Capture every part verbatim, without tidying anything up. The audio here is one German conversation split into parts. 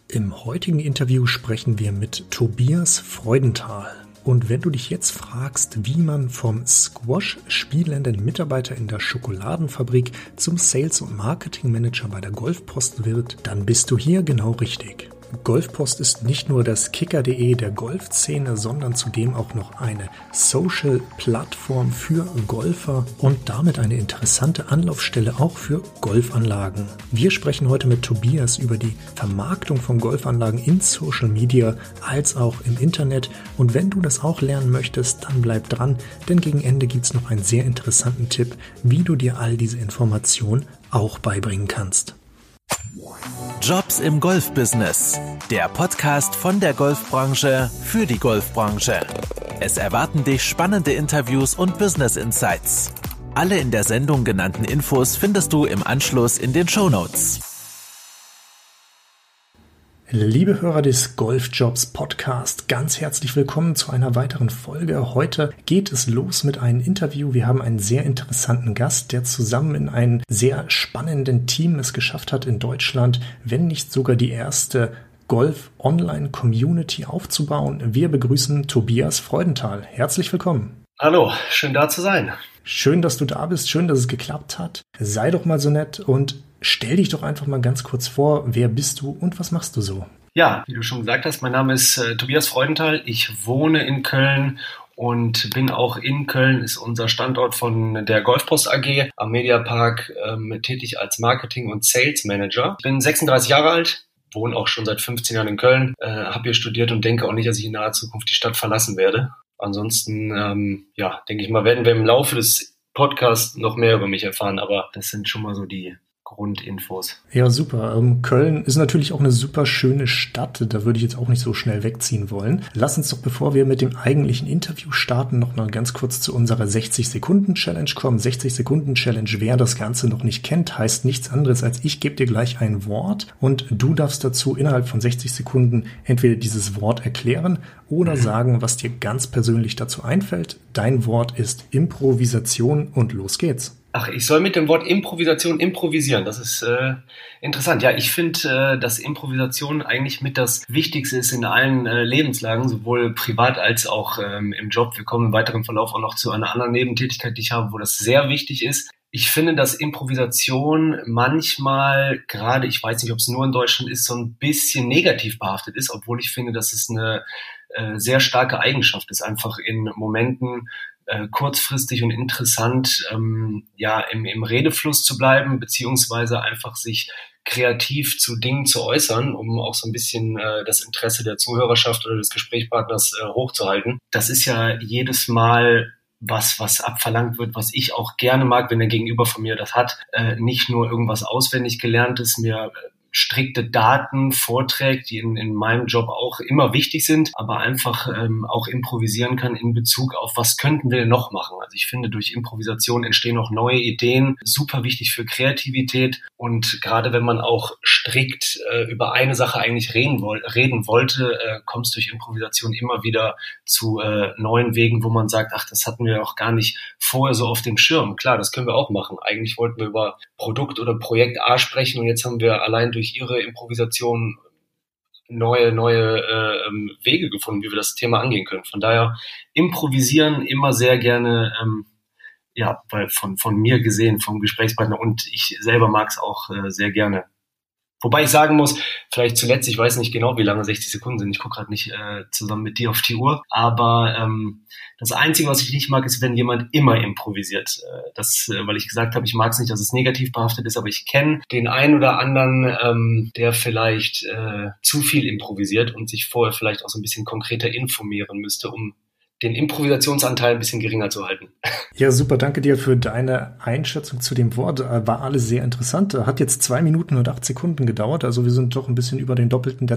Im heutigen Interview sprechen wir mit Tobias Freudenthal. Und wenn du dich jetzt fragst, wie man vom Squash spielenden Mitarbeiter in der Schokoladenfabrik zum Sales- und Marketing-Manager bei der Golfpost wird, dann bist du hier genau richtig. Golfpost ist nicht nur das Kicker punkt de der Golfszene, sondern zudem auch noch eine Social-Plattform für Golfer und damit eine interessante Anlaufstelle auch für Golfanlagen. Wir sprechen heute mit Tobias über die Vermarktung von Golfanlagen in Social Media als auch im Internet. Und wenn du das auch lernen möchtest, dann bleib dran, denn gegen Ende gibt es noch einen sehr interessanten Tipp, wie du dir all diese Informationen auch beibringen kannst. Jobs im Golfbusiness. Der Podcast von der Golfbranche für die Golfbranche. Es erwarten dich spannende Interviews und Business Insights. Alle in der Sendung genannten Infos findest du im Anschluss in den Shownotes. Liebe Hörer des Golfjobs Podcast, ganz herzlich willkommen zu einer weiteren Folge. Heute geht es los mit einem Interview. Wir haben einen sehr interessanten Gast, der zusammen in einem sehr spannenden Team es geschafft hat, in Deutschland, wenn nicht sogar die erste Golf-Online-Community aufzubauen. Wir begrüßen Tobias Freudenthal. Herzlich willkommen. Hallo, schön da zu sein. Schön, dass du da bist. Schön, dass es geklappt hat. Sei doch mal so nett und stell dich doch einfach mal ganz kurz vor, wer bist du und was machst du so? Ja, wie du schon gesagt hast, mein Name ist äh, Tobias Freudenthal. Ich wohne in Köln und bin auch in Köln, ist unser Standort von der Golfpost A G am Mediapark ähm, tätig als Marketing- und Sales Manager. Ich bin sechsunddreißig Jahre alt, wohne auch schon seit fünfzehn Jahren in Köln, äh, habe hier studiert und denke auch nicht, dass ich in naher Zukunft die Stadt verlassen werde. Ansonsten, ähm, ja, denke ich mal, werden wir im Laufe des Podcasts noch mehr über mich erfahren, aber das sind schon mal so die Grundinfos. Ja, super. Ähm, Köln ist natürlich auch eine super schöne Stadt. Da würde ich jetzt auch nicht so schnell wegziehen wollen. Lass uns doch, bevor wir mit dem eigentlichen Interview starten, noch mal ganz kurz zu unserer sechzig-Sekunden-Challenge kommen. sechzig-Sekunden-Challenge, wer das Ganze noch nicht kennt, heißt nichts anderes als ich gebe dir gleich ein Wort und du darfst dazu innerhalb von sechzig Sekunden entweder dieses Wort erklären oder mhm. sagen, was dir ganz persönlich dazu einfällt. Dein Wort ist Improvisation und los geht's. Ach, ich soll mit dem Wort Improvisation improvisieren. Das ist äh, interessant. Ja, ich finde, äh, dass Improvisation eigentlich mit das Wichtigste ist in allen äh, Lebenslagen, sowohl privat als auch ähm, im Job. Wir kommen im weiteren Verlauf auch noch zu einer anderen Nebentätigkeit, die ich habe, wo das sehr wichtig ist. Ich finde, dass Improvisation manchmal, gerade, ich weiß nicht, ob es nur in Deutschland ist, so ein bisschen negativ behaftet ist, obwohl ich finde, dass es eine äh, sehr starke Eigenschaft ist, einfach in Momenten äh, kurzfristig und interessant ähm, ja im, im Redefluss zu bleiben, beziehungsweise einfach sich kreativ zu Dingen zu äußern, um auch so ein bisschen äh, das Interesse der Zuhörerschaft oder des Gesprächspartners äh, hochzuhalten. Das ist ja jedes Mal was, was abverlangt wird, was ich auch gerne mag, wenn der Gegenüber von mir das hat, äh, nicht nur irgendwas auswendig Gelerntes, mir äh, strikte Daten vorträgt, die in, in meinem Job auch immer wichtig sind, aber einfach ähm, auch improvisieren kann in Bezug auf, was könnten wir denn noch machen. Also ich finde, durch Improvisation entstehen auch neue Ideen, super wichtig für Kreativität und gerade wenn man auch strikt äh, über eine Sache eigentlich reden, woll- reden wollte, äh, kommt es durch Improvisation immer wieder zu äh, neuen Wegen, wo man sagt, ach, das hatten wir auch gar nicht vorher so auf dem Schirm. Klar, das können wir auch machen. Eigentlich wollten wir über Produkt oder Projekt A sprechen und jetzt haben wir allein durch ihre Improvisation neue, neue äh, Wege gefunden, wie wir das Thema angehen können. Von daher improvisieren immer sehr gerne, ähm, ja, weil von, von mir gesehen, vom Gesprächspartner und ich selber mag es auch äh, sehr gerne. Wobei ich sagen muss, vielleicht zuletzt, ich weiß nicht genau, wie lange sechzig Sekunden sind, ich gucke gerade nicht äh, zusammen mit dir auf die Uhr, aber ähm, das Einzige, was ich nicht mag, ist, wenn jemand immer improvisiert. Äh, das, äh, weil ich gesagt habe, ich mag es nicht, dass es negativ behaftet ist, aber ich kenne den einen oder anderen, ähm, der vielleicht äh, zu viel improvisiert und sich vorher vielleicht auch so ein bisschen konkreter informieren müsste, um den Improvisationsanteil ein bisschen geringer zu halten. Ja, super. Danke dir für deine Einschätzung zu dem Wort. War alles sehr interessant. Hat jetzt zwei Minuten und acht Sekunden gedauert. Also wir sind doch ein bisschen über den Doppelten der Zeit.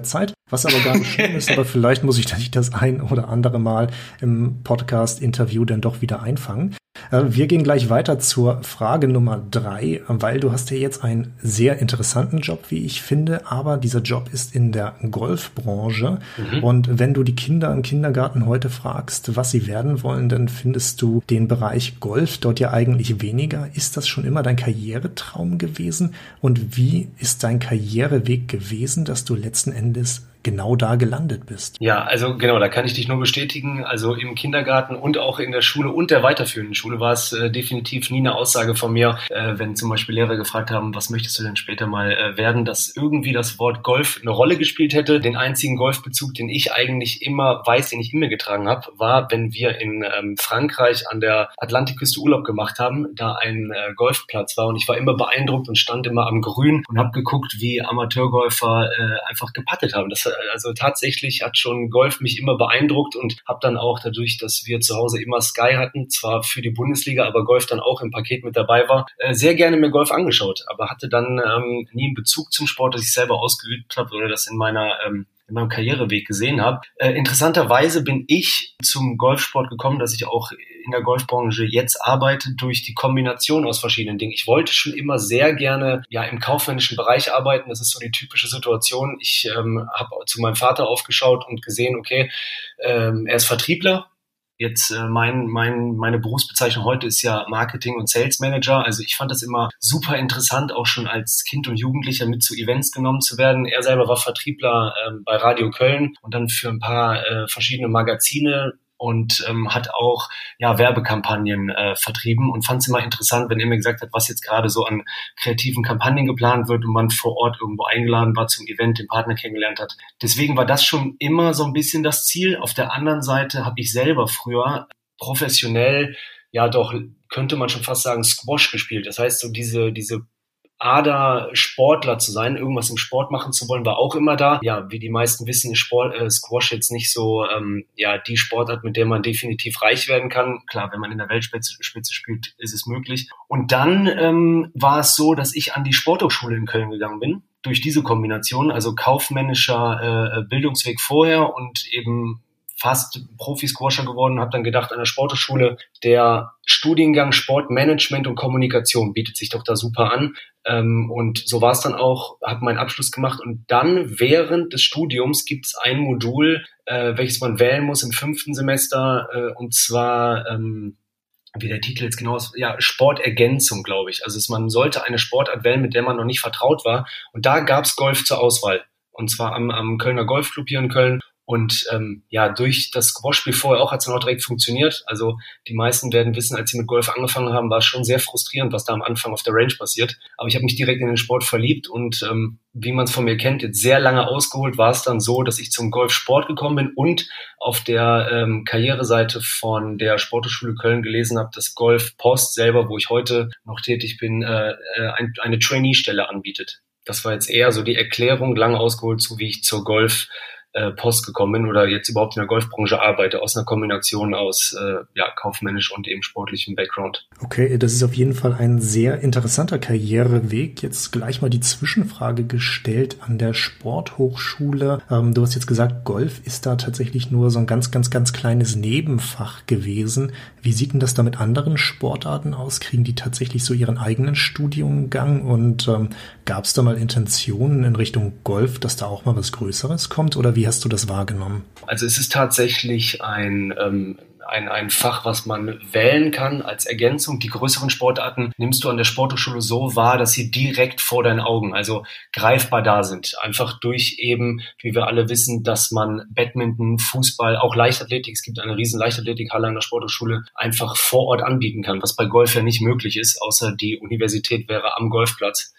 Was aber gar nicht schlimm ist, aber vielleicht muss ich dich das ein oder andere Mal im Podcast-Interview dann doch wieder einfangen. Wir gehen gleich weiter zur Frage Nummer drei, weil du hast ja jetzt einen sehr interessanten Job, wie ich finde, aber dieser Job ist in der Golfbranche. Mhm. Und wenn du die Kinder im Kindergarten heute fragst, was sie werden wollen, dann findest du den Bereich Golf dort ja eigentlich weniger. Ist das schon immer dein Karrieretraum gewesen? Und wie ist dein Karriereweg gewesen, dass du letzten Endes genau da gelandet bist? Ja, also genau, da kann ich dich nur bestätigen. Also im Kindergarten und auch in der Schule und der weiterführenden Schule war es äh, definitiv nie eine Aussage von mir, äh, wenn zum Beispiel Lehrer gefragt haben, was möchtest du denn später mal äh, werden, dass irgendwie das Wort Golf eine Rolle gespielt hätte. Den einzigen Golfbezug, den ich eigentlich immer weiß, den ich in mir getragen habe, war, wenn wir in ähm, Frankreich an der Atlantikküste Urlaub gemacht haben, da ein äh, Golfplatz war und ich war immer beeindruckt und stand immer am Grün und habe geguckt, wie Amateurgolfer äh, einfach gepattet haben. Das Also tatsächlich hat schon Golf mich immer beeindruckt und habe dann auch dadurch, dass wir zu Hause immer Sky hatten, zwar für die Bundesliga, aber Golf dann auch im Paket mit dabei war, äh, sehr gerne mir Golf angeschaut, aber hatte dann ähm, nie einen Bezug zum Sport, dass ich selber ausgeübt habe oder das in meiner ähm, in meinem Karriereweg gesehen habe. Äh, interessanterweise bin ich zum Golfsport gekommen, dass ich auch in der Golfbranche jetzt arbeite, durch die Kombination aus verschiedenen Dingen. Ich wollte schon immer sehr gerne ja im kaufmännischen Bereich arbeiten. Das ist so die typische Situation. Ich ähm, habe zu meinem Vater aufgeschaut und gesehen, okay, ähm, er ist Vertriebler. Jetzt äh, mein, mein, meine Berufsbezeichnung heute ist ja Marketing- und Sales Manager. Also ich fand das immer super interessant, auch schon als Kind und Jugendlicher mit zu Events genommen zu werden. Er selber war Vertriebler äh, bei Radio Köln und dann für ein paar äh, verschiedene Magazine und ähm, hat auch ja Werbekampagnen äh, vertrieben und fand es immer interessant, wenn er mir gesagt hat, was jetzt gerade so an kreativen Kampagnen geplant wird und man vor Ort irgendwo eingeladen war zum Event, den Partner kennengelernt hat. Deswegen war das schon immer so ein bisschen das Ziel. Auf der anderen Seite habe ich selber früher professionell, ja doch, könnte man schon fast sagen, Squash gespielt. Das heißt, so diese diese Ader, Sportler zu sein, irgendwas im Sport machen zu wollen, war auch immer da. Ja, wie die meisten wissen, ist Sport, äh, Squash jetzt nicht so ähm, ja die Sportart, mit der man definitiv reich werden kann. Klar, wenn man in der Weltspitze Spitze spielt, ist es möglich. Und dann ähm, war es so, dass ich an die Sporthochschule in Köln gegangen bin, durch diese Kombination, also kaufmännischer äh, Bildungsweg vorher und eben fast Profi-Squasher geworden, habe dann gedacht, an der Sporthochschule, der Studiengang Sportmanagement und Kommunikation bietet sich doch da super an. Ähm, und so war es dann auch, habe meinen Abschluss gemacht und dann während des Studiums gibt es ein Modul, äh, welches man wählen muss im fünften Semester äh, und zwar, ähm, wie der Titel jetzt genau ist, ja, Sportergänzung, glaube ich. Also es, man sollte eine Sportart wählen, mit der man noch nicht vertraut war und da gab es Golf zur Auswahl und zwar am, am Kölner Golfclub hier in Köln. Und ähm, ja, durch das Squash-Spiel vorher auch hat es dann auch direkt funktioniert. Also die meisten werden wissen, als sie mit Golf angefangen haben, war es schon sehr frustrierend, was da am Anfang auf der Range passiert. Aber ich habe mich direkt in den Sport verliebt und ähm, wie man es von mir kennt, jetzt sehr lange ausgeholt, war es dann so, dass ich zum Golfsport gekommen bin und auf der ähm, Karriereseite von der Sporthochschule Köln gelesen habe, dass Golf Post selber, wo ich heute noch tätig bin, äh, ein, eine Trainee-Stelle anbietet. Das war jetzt eher so die Erklärung, lange ausgeholt, zu wie ich zur Golf Post gekommen bin oder jetzt überhaupt in der Golfbranche arbeite, aus einer Kombination aus äh, ja, kaufmännisch und eben sportlichem Background. Okay, das ist auf jeden Fall ein sehr interessanter Karriereweg. Jetzt gleich mal die Zwischenfrage gestellt an der Sporthochschule. Ähm, du hast jetzt gesagt, Golf ist da tatsächlich nur so ein ganz, ganz, ganz kleines Nebenfach gewesen. Wie sieht denn das da mit anderen Sportarten aus? Kriegen die tatsächlich so ihren eigenen Studiengang? Und ähm, gab es da mal Intentionen in Richtung Golf, dass da auch mal was Größeres kommt? Oder wie Wie hast du das wahrgenommen? Also es ist tatsächlich ein, ähm, ein, ein Fach, was man wählen kann als Ergänzung. Die größeren Sportarten nimmst du an der Sporthochschule so wahr, dass sie direkt vor deinen Augen, also greifbar da sind. Einfach durch eben, wie wir alle wissen, dass man Badminton, Fußball, auch Leichtathletik, es gibt eine riesen Leichtathletikhalle an der Sporthochschule, einfach vor Ort anbieten kann, was bei Golf ja nicht möglich ist, außer die Universität wäre am Golfplatz.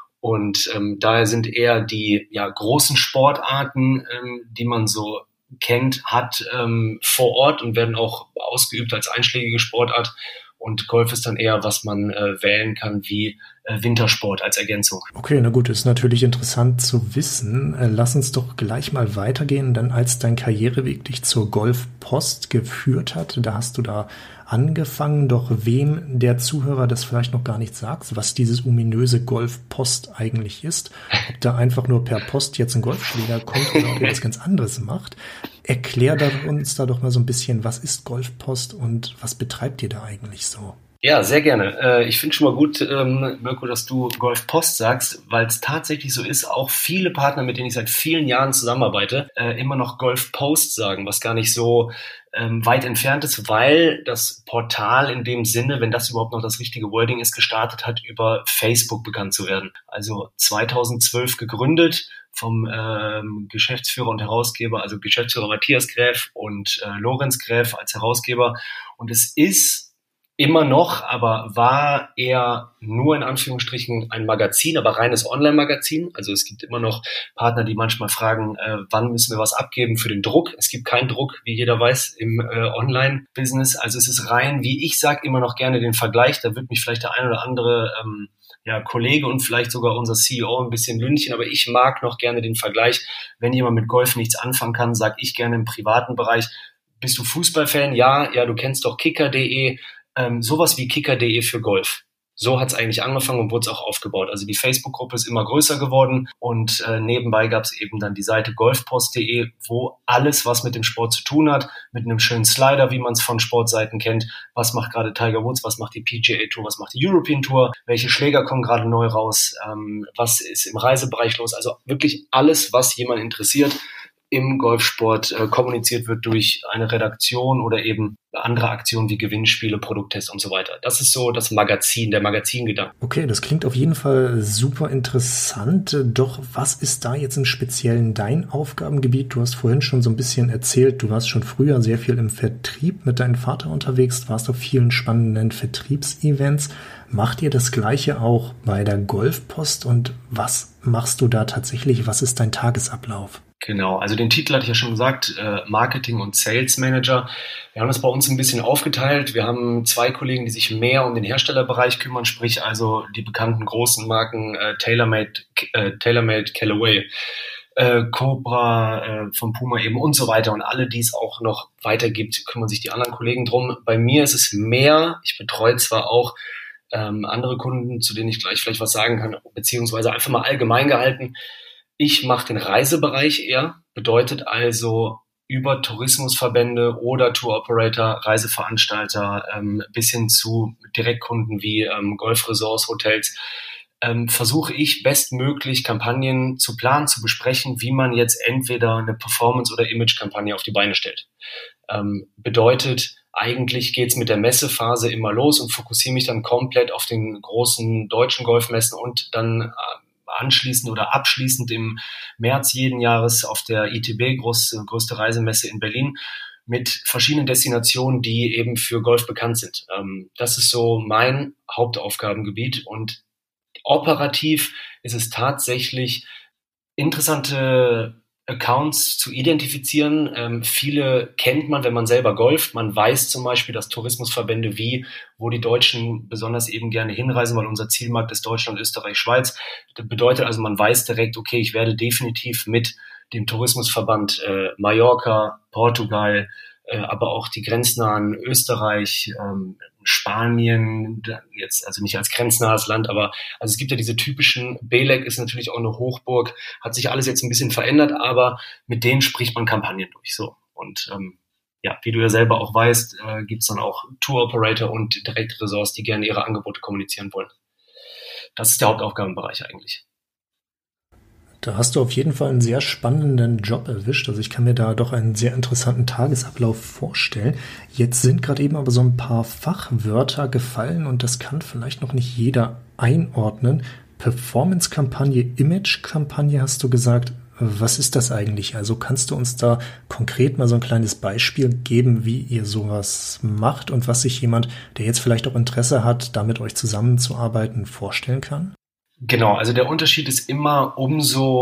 Und ähm, daher sind eher die ja, großen Sportarten, ähm, die man so kennt, hat ähm, vor Ort und werden auch ausgeübt als einschlägige Sportart. Und Golf ist dann eher, was man äh, wählen kann wie äh, Wintersport als Ergänzung. Okay, na gut, ist natürlich interessant zu wissen. Äh, lass uns doch gleich mal weitergehen, denn als dein Karriereweg dich zur Golfpost geführt hat, da hast du da angefangen, doch wem der Zuhörer das vielleicht noch gar nicht sagt, was dieses ominöse Golfpost eigentlich ist, ob da einfach nur per Post jetzt ein Golfschläger kommt oder ob ihr was ganz anderes macht. Erklär da uns da doch mal so ein bisschen, was ist Golfpost und was betreibt ihr da eigentlich so? Ja, sehr gerne. Ich finde schon mal gut, Mirko, dass du Golfpost sagst, weil es tatsächlich so ist, auch viele Partner, mit denen ich seit vielen Jahren zusammenarbeite, immer noch Golfpost sagen, was gar nicht so weit entfernt ist, weil das Portal in dem Sinne, wenn das überhaupt noch das richtige Wording ist, gestartet hat, über Facebook bekannt zu werden. Also zweitausendzwölf gegründet vom ähm, Geschäftsführer und Herausgeber, also Geschäftsführer Matthias Gräf und äh, Lorenz Gräf als Herausgeber. Und es ist immer noch, aber war eher nur in Anführungsstrichen ein Magazin, aber reines Online-Magazin. Also es gibt immer noch Partner, die manchmal fragen, äh, wann müssen wir was abgeben für den Druck. Es gibt keinen Druck, wie jeder weiß, im äh, Online-Business. Also es ist rein, wie ich sage, immer noch gerne den Vergleich. Da wird mich vielleicht der ein oder andere ähm, ja, Kollege und vielleicht sogar unser C E O ein bisschen lünchen, aber ich mag noch gerne den Vergleich. Wenn jemand mit Golf nichts anfangen kann, sage ich gerne im privaten Bereich, bist du Fußballfan? Ja, ja, du kennst doch kicker punkt de. Ähm, sowas wie kicker punkt de für Golf. So hat es eigentlich angefangen und wurde es auch aufgebaut. Also die Facebook-Gruppe ist immer größer geworden und äh, nebenbei gab es eben dann die Seite golfpost punkt de, wo alles, was mit dem Sport zu tun hat, mit einem schönen Slider, wie man es von Sportseiten kennt, was macht gerade Tiger Woods, was macht die P G A Tour, was macht die European Tour, welche Schläger kommen gerade neu raus, ähm, was ist im Reisebereich los, also wirklich alles, was jemand interessiert, im Golfsport äh, kommuniziert wird durch eine Redaktion oder eben andere Aktionen wie Gewinnspiele, Produkttests und so weiter. Das ist so das Magazin, der Magazingedanke. Okay, das klingt auf jeden Fall super interessant. Doch was ist da jetzt im Speziellen dein Aufgabengebiet? Du hast vorhin schon so ein bisschen erzählt, du warst schon früher sehr viel im Vertrieb mit deinem Vater unterwegs, warst auf vielen spannenden Vertriebsevents. Macht ihr das Gleiche auch bei der Golfpost und was machst du da tatsächlich? Was ist dein Tagesablauf? Genau, also den Titel hatte ich ja schon gesagt, äh, Marketing und Sales Manager. Wir haben das bei uns ein bisschen aufgeteilt. Wir haben zwei Kollegen, die sich mehr um den Herstellerbereich kümmern, sprich also die bekannten großen Marken äh, TaylorMade, äh, TaylorMade, Callaway, äh, Cobra, äh, von Puma eben und so weiter. Und alle, die es auch noch weitergibt, kümmern sich die anderen Kollegen drum. Bei mir ist es mehr, ich betreue zwar auch ähm, andere Kunden, zu denen ich gleich vielleicht was sagen kann, beziehungsweise einfach mal allgemein gehalten. Ich mache den Reisebereich eher, bedeutet also über Tourismusverbände oder Tour-Operator, Reiseveranstalter ähm, bis hin zu Direktkunden wie ähm, Golfresorts, Hotels, ähm, versuche ich bestmöglich Kampagnen zu planen, zu besprechen, wie man jetzt entweder eine Performance- oder Image-Kampagne auf die Beine stellt. Ähm, bedeutet, eigentlich geht's mit der Messephase immer los und fokussiere mich dann komplett auf den großen deutschen Golfmessen und dann äh, anschließend oder abschließend im März jeden Jahres auf der I T B, groß, größte Reisemesse in Berlin, mit verschiedenen Destinationen, die eben für Golf bekannt sind. Ähm, das ist so mein Hauptaufgabengebiet und operativ ist es tatsächlich interessante Accounts zu identifizieren. Ähm, viele kennt man, wenn man selber golft. Man weiß zum Beispiel, dass Tourismusverbände wie, wo die Deutschen besonders eben gerne hinreisen, weil unser Zielmarkt ist Deutschland, Österreich, Schweiz. Das bedeutet also, man weiß direkt, okay, ich werde definitiv mit dem Tourismusverband äh, Mallorca, Portugal, äh, aber auch die grenznahen Österreich, ähm, Spanien, jetzt also nicht als grenznahes Land, aber also es gibt ja diese typischen, Belek ist natürlich auch eine Hochburg, hat sich alles jetzt ein bisschen verändert, aber mit denen spricht man Kampagnen durch. So und ähm, ja, wie du ja selber auch weißt, äh, gibt's dann auch Tour-Operator und Direktresorts, die gerne ihre Angebote kommunizieren wollen. Das ist der Hauptaufgabenbereich eigentlich. Da hast du auf jeden Fall einen sehr spannenden Job erwischt. Also ich kann mir da doch einen sehr interessanten Tagesablauf vorstellen. Jetzt sind gerade eben aber so ein paar Fachwörter gefallen und das kann vielleicht noch nicht jeder einordnen. Performance-Kampagne, Image-Kampagne hast du gesagt. Was ist das eigentlich? Also kannst du uns da konkret mal so ein kleines Beispiel geben, wie ihr sowas macht und was sich jemand, der jetzt vielleicht auch Interesse hat, da mit euch zusammenzuarbeiten, vorstellen kann? Genau, also der Unterschied ist immer umso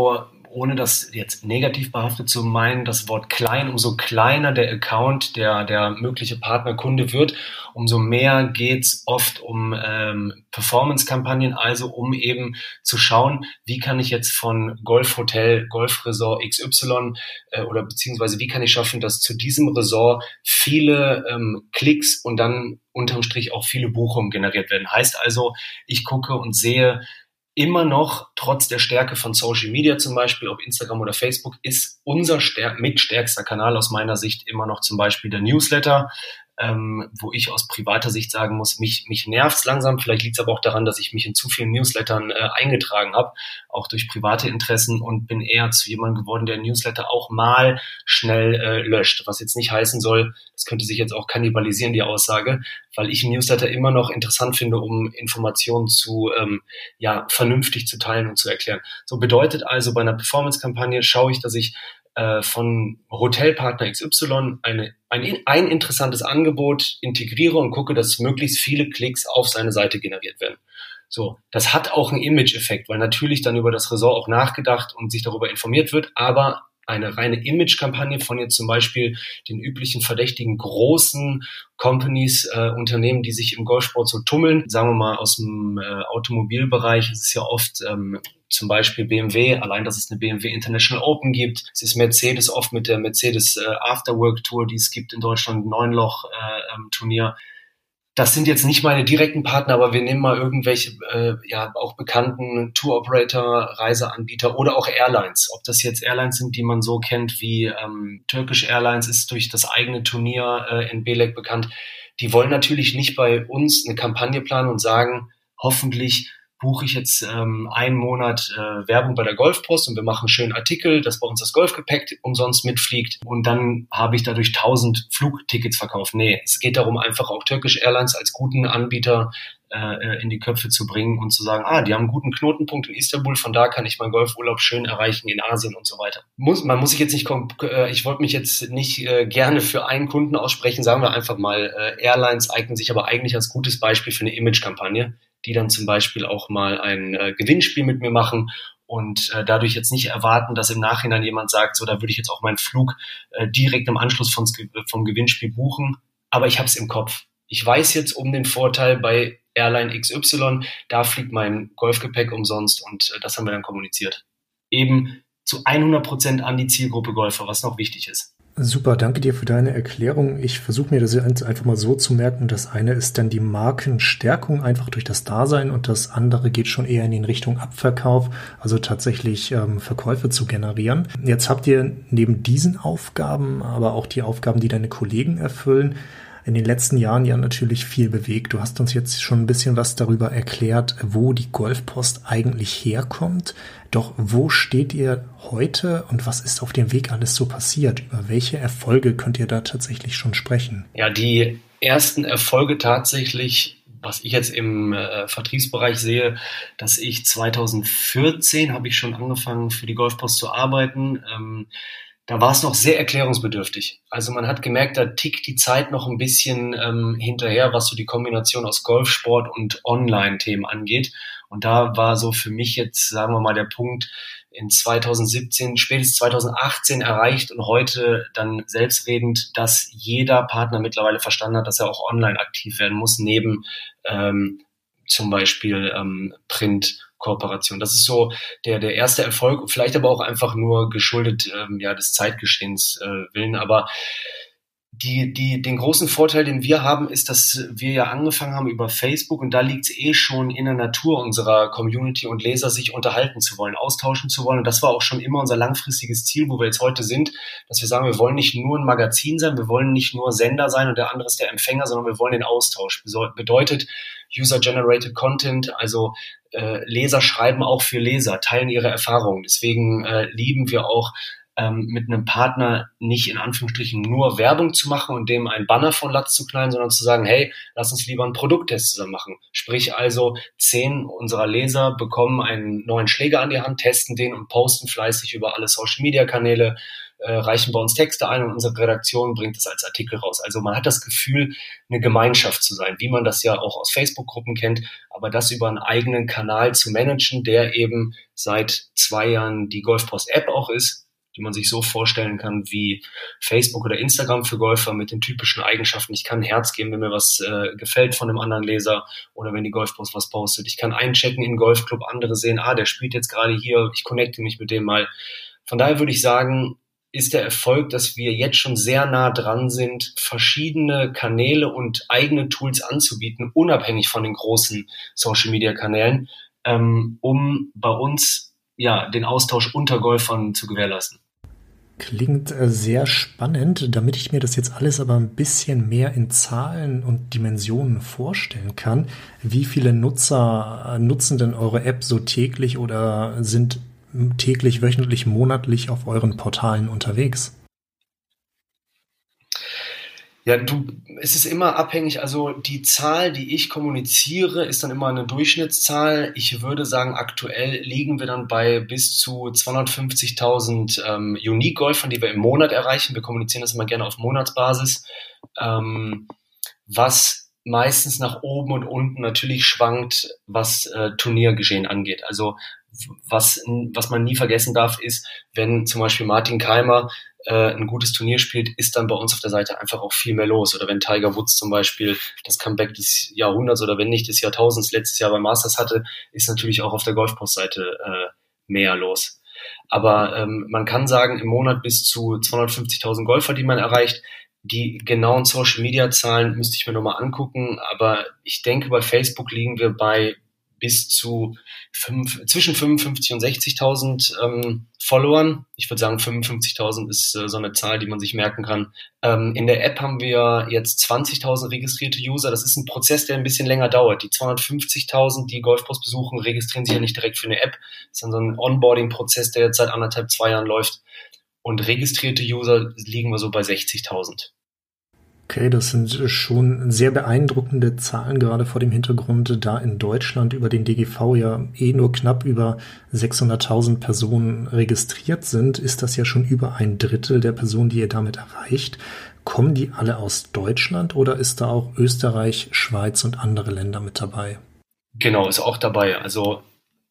ohne das jetzt negativ behaftet zu meinen, das Wort klein, umso kleiner der Account, der der mögliche Partnerkunde wird, umso mehr geht's oft um ähm, Performance-Kampagnen, also um eben zu schauen, wie kann ich jetzt von Golfhotel, Golfresort X Y äh, oder beziehungsweise wie kann ich schaffen, dass zu diesem Resort viele ähm, Klicks und dann unterm Strich auch viele Buchungen generiert werden. Heißt also, ich gucke und sehe, immer noch, trotz der Stärke von Social Media zum Beispiel, ob Instagram oder Facebook, ist unser stärk- mitstärkster Kanal aus meiner Sicht immer noch zum Beispiel der Newsletter, ähm, wo ich aus privater Sicht sagen muss, mich, mich nervt's langsam. Vielleicht liegt es aber auch daran, dass ich mich in zu vielen Newslettern äh, eingetragen habe, auch durch private Interessen, und bin eher zu jemandem geworden, der Newsletter auch mal schnell äh, löscht. Was jetzt nicht heißen soll, das könnte sich jetzt auch kannibalisieren, die Aussage, weil ich Newsletter immer noch interessant finde, um Informationen zu ähm, ja vernünftig zu teilen und zu erklären. So bedeutet also, bei einer Performance-Kampagne schaue ich, dass ich äh, von Hotelpartner X Y eine, ein, ein interessantes Angebot integriere und gucke, dass möglichst viele Klicks auf seine Seite generiert werden. So, das hat auch einen Image-Effekt, weil natürlich dann über das Resort auch nachgedacht und sich darüber informiert wird, aber eine reine Image-Kampagne von jetzt zum Beispiel den üblichen verdächtigen großen Companies, äh, Unternehmen, die sich im Golfsport so tummeln, sagen wir mal aus dem äh, Automobilbereich, es ist ja oft ähm, zum Beispiel B M W, allein, dass es eine B M W International Open gibt. Es ist Mercedes oft mit der Mercedes äh, Afterwork Tour, die es gibt in Deutschland, Neunloch-Turnier. Äh, Das sind jetzt nicht meine direkten Partner, aber wir nehmen mal irgendwelche äh, ja auch bekannten Tour-Operator, Reiseanbieter oder auch Airlines. Ob das jetzt Airlines sind, die man so kennt wie ähm, Turkish Airlines, ist durch das eigene Turnier äh, in Belek bekannt. Die wollen natürlich nicht bei uns eine Kampagne planen und sagen, hoffentlich buche ich jetzt ähm, einen Monat äh, Werbung bei der Golfpost und wir machen einen schönen Artikel, dass bei uns das Golfgepäck umsonst mitfliegt und dann habe ich dadurch tausend Flugtickets verkauft. Nee, es geht darum, einfach auch Turkish Airlines als guten Anbieter äh, in die Köpfe zu bringen und zu sagen, ah, die haben einen guten Knotenpunkt in Istanbul, von da kann ich meinen Golfurlaub schön erreichen in Asien und so weiter. Muss, man muss sich jetzt nicht, äh, ich wollte mich jetzt nicht äh, gerne für einen Kunden aussprechen, sagen wir einfach mal, äh, Airlines eignen sich aber eigentlich als gutes Beispiel für eine Image-Kampagne, die dann zum Beispiel auch mal ein äh, Gewinnspiel mit mir machen und äh, dadurch jetzt nicht erwarten, dass im Nachhinein jemand sagt, so, da würde ich jetzt auch meinen Flug äh, direkt im Anschluss vom, vom Gewinnspiel buchen, aber ich habe es im Kopf. Ich weiß jetzt um den Vorteil bei Airline X Y, da fliegt mein Golfgepäck umsonst und äh, das haben wir dann kommuniziert. Eben zu hundert Prozent an die Zielgruppe Golfer, was noch wichtig ist. Super, danke dir für deine Erklärung. Ich versuche mir das einfach mal so zu merken. Das eine ist dann die Markenstärkung einfach durch das Dasein und das andere geht schon eher in die Richtung Abverkauf, also tatsächlich ähm, Verkäufe zu generieren. Jetzt habt ihr neben diesen Aufgaben, aber auch die Aufgaben, die deine Kollegen erfüllen, in den letzten Jahren ja natürlich viel bewegt. Du hast uns jetzt schon ein bisschen was darüber erklärt, wo die Golfpost eigentlich herkommt. Doch wo steht ihr heute und was ist auf dem Weg alles so passiert? Über welche Erfolge könnt ihr da tatsächlich schon sprechen? Ja, die ersten Erfolge tatsächlich, was ich jetzt im äh, Vertriebsbereich sehe, dass ich zweitausendvierzehn habe ich schon angefangen für die Golfpost zu arbeiten. Ähm, Da war es noch sehr erklärungsbedürftig. Also man hat gemerkt, da tickt die Zeit noch ein bisschen ähm, hinterher, was so die Kombination aus Golfsport und Online-Themen angeht. Und da war so für mich jetzt, sagen wir mal, der Punkt in zweitausendsiebzehn, spätestens zweitausendachtzehn erreicht und heute dann selbstredend, dass jeder Partner mittlerweile verstanden hat, dass er auch online aktiv werden muss, neben ähm, zum Beispiel ähm, Print, Kooperation. Das ist so der der erste Erfolg, vielleicht aber auch einfach nur geschuldet ähm, ja des Zeitgeschehens äh, willen. Aber die die den großen Vorteil, den wir haben, ist, dass wir ja angefangen haben über Facebook und da liegt es eh schon in der Natur unserer Community und Leser, sich unterhalten zu wollen, austauschen zu wollen. Und das war auch schon immer unser langfristiges Ziel, wo wir jetzt heute sind, dass wir sagen, wir wollen nicht nur ein Magazin sein, wir wollen nicht nur Sender sein und der andere ist der Empfänger, sondern wir wollen den Austausch. Bedeutet User-Generated Content, also äh, Leser schreiben auch für Leser, teilen ihre Erfahrungen. Deswegen äh, lieben wir auch, ähm, mit einem Partner nicht in Anführungsstrichen nur Werbung zu machen und dem einen Banner von Latz zu knallen, sondern zu sagen, hey, lass uns lieber einen Produkttest zusammen machen. Sprich also, zehn unserer Leser bekommen einen neuen Schläger an die Hand, testen den und posten fleißig über alle Social-Media-Kanäle, äh, reichen bei uns Texte ein und unsere Redaktion bringt es als Artikel raus. Also man hat das Gefühl, eine Gemeinschaft zu sein, wie man das ja auch aus Facebook-Gruppen kennt, aber das über einen eigenen Kanal zu managen, der eben seit zwei Jahren die Golfpost-App auch ist, die man sich so vorstellen kann wie Facebook oder Instagram für Golfer mit den typischen Eigenschaften. Ich kann ein Herz geben, wenn mir was äh, gefällt von einem anderen Leser oder wenn die Golfpost was postet. Ich kann einchecken in den Golfclub, andere sehen, ah, der spielt jetzt gerade hier, ich connecte mich mit dem mal. Von daher würde ich sagen, ist der Erfolg, dass wir jetzt schon sehr nah dran sind, verschiedene Kanäle und eigene Tools anzubieten, unabhängig von den großen Social-Media-Kanälen, ähm, um bei uns ja den Austausch unter Golfern zu gewährleisten. Klingt äh, sehr spannend. Damit ich mir das jetzt alles aber ein bisschen mehr in Zahlen und Dimensionen vorstellen kann, wie viele Nutzer äh, nutzen denn eure App so täglich oder sind täglich, wöchentlich, monatlich auf euren Portalen unterwegs? Ja, du, es ist immer abhängig, also die Zahl, die ich kommuniziere, ist dann immer eine Durchschnittszahl. Ich würde sagen, aktuell liegen wir dann bei bis zu zweihundertfünfzigtausend ähm, Unique-Golfern, die wir im Monat erreichen. Wir kommunizieren das immer gerne auf Monatsbasis, ähm, was meistens nach oben und unten natürlich schwankt, was äh, Turniergeschehen angeht. Also was, was man nie vergessen darf, ist, wenn zum Beispiel Martin Keimer äh, ein gutes Turnier spielt, ist dann bei uns auf der Seite einfach auch viel mehr los. Oder wenn Tiger Woods zum Beispiel das Comeback des Jahrhunderts oder wenn nicht des Jahrtausends letztes Jahr beim Masters hatte, ist natürlich auch auf der Golfpost-Seite äh, mehr los. Aber ähm, man kann sagen, im Monat bis zu zweihundertfünfzigtausend Golfer, die man erreicht. Die genauen Social-Media-Zahlen müsste ich mir nochmal angucken, aber ich denke, bei Facebook liegen wir bei bis zu fünf, zwischen fünfundfünfzig und sechzigtausend ähm, Followern. Ich würde sagen, fünfundfünfzigtausend ist äh, so eine Zahl, die man sich merken kann. Ähm, in der App haben wir jetzt zwanzigtausend registrierte User. Das ist ein Prozess, der ein bisschen länger dauert. Die zweihundertfünfzigtausend, die Golfpost besuchen, registrieren sich ja nicht direkt für eine App. Das ist dann so ein Onboarding-Prozess, der jetzt seit anderthalb, zwei Jahren läuft. Und registrierte User liegen wir so bei sechzigtausend. Okay, das sind schon sehr beeindruckende Zahlen, gerade vor dem Hintergrund, da in Deutschland über den D G V ja eh nur knapp über sechshunderttausend Personen registriert sind, ist das ja schon über ein Drittel der Personen, die ihr damit erreicht. Kommen die alle aus Deutschland oder ist da auch Österreich, Schweiz und andere Länder mit dabei? Genau, ist auch dabei. Also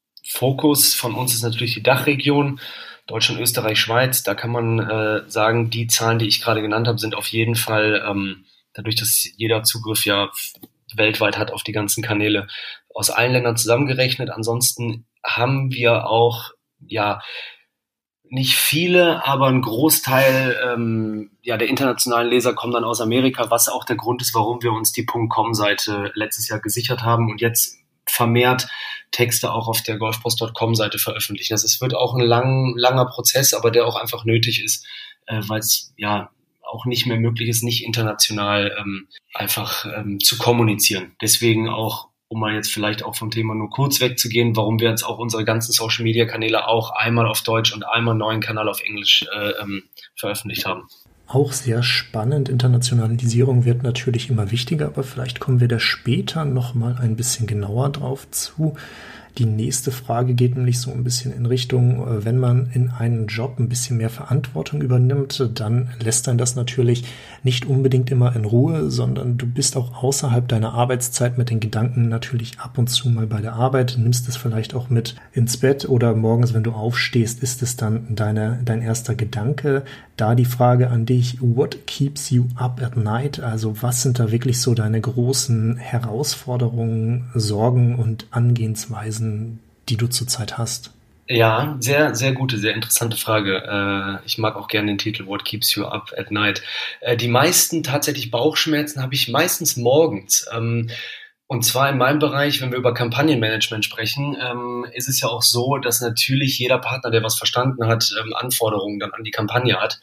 Fokus von uns ist natürlich die Dachregion, Deutschland, Österreich, Schweiz. Da kann man äh, sagen, die Zahlen, die ich gerade genannt habe, sind auf jeden Fall, ähm, dadurch, dass jeder Zugriff ja weltweit hat auf die ganzen Kanäle, aus allen Ländern zusammengerechnet. Ansonsten haben wir auch, ja, nicht viele, aber ein Großteil ähm, ja, der internationalen Leser kommen dann aus Amerika, was auch der Grund ist, warum wir uns die .com-Seite letztes Jahr gesichert haben und jetzt vermehrt Texte auch auf der golfpost Punkt com-Seite veröffentlichen. Das ist, wird auch ein lang, langer Prozess, aber der auch einfach nötig ist, äh, weil es ja auch nicht mehr möglich ist, nicht international ähm, einfach ähm, zu kommunizieren. Deswegen auch, um mal jetzt vielleicht auch vom Thema nur kurz wegzugehen, warum wir jetzt auch unsere ganzen Social-Media-Kanäle auch einmal auf Deutsch und einmal einen neuen Kanal auf Englisch äh, ähm, veröffentlicht haben. Auch sehr spannend. Internationalisierung wird natürlich immer wichtiger, aber vielleicht kommen wir da später noch mal ein bisschen genauer drauf zu. Die nächste Frage geht nämlich so ein bisschen in Richtung, wenn man in einen Job ein bisschen mehr Verantwortung übernimmt, dann lässt einen das natürlich nicht unbedingt immer in Ruhe, sondern du bist auch außerhalb deiner Arbeitszeit mit den Gedanken natürlich ab und zu mal bei der Arbeit, nimmst es vielleicht auch mit ins Bett oder morgens, wenn du aufstehst, ist es dann deine, dein erster Gedanke. Da die Frage an dich, what keeps you up at night? Also was sind da wirklich so deine großen Herausforderungen, Sorgen und Angehensweisen, die du zurzeit hast? Ja, sehr, sehr gute, sehr interessante Frage. Ich mag auch gerne den Titel What keeps you up at night. Die meisten tatsächlich Bauchschmerzen habe ich meistens morgens. Und zwar in meinem Bereich, wenn wir über Kampagnenmanagement sprechen, ist es ja auch so, dass natürlich jeder Partner, der was verstanden hat, Anforderungen dann an die Kampagne hat.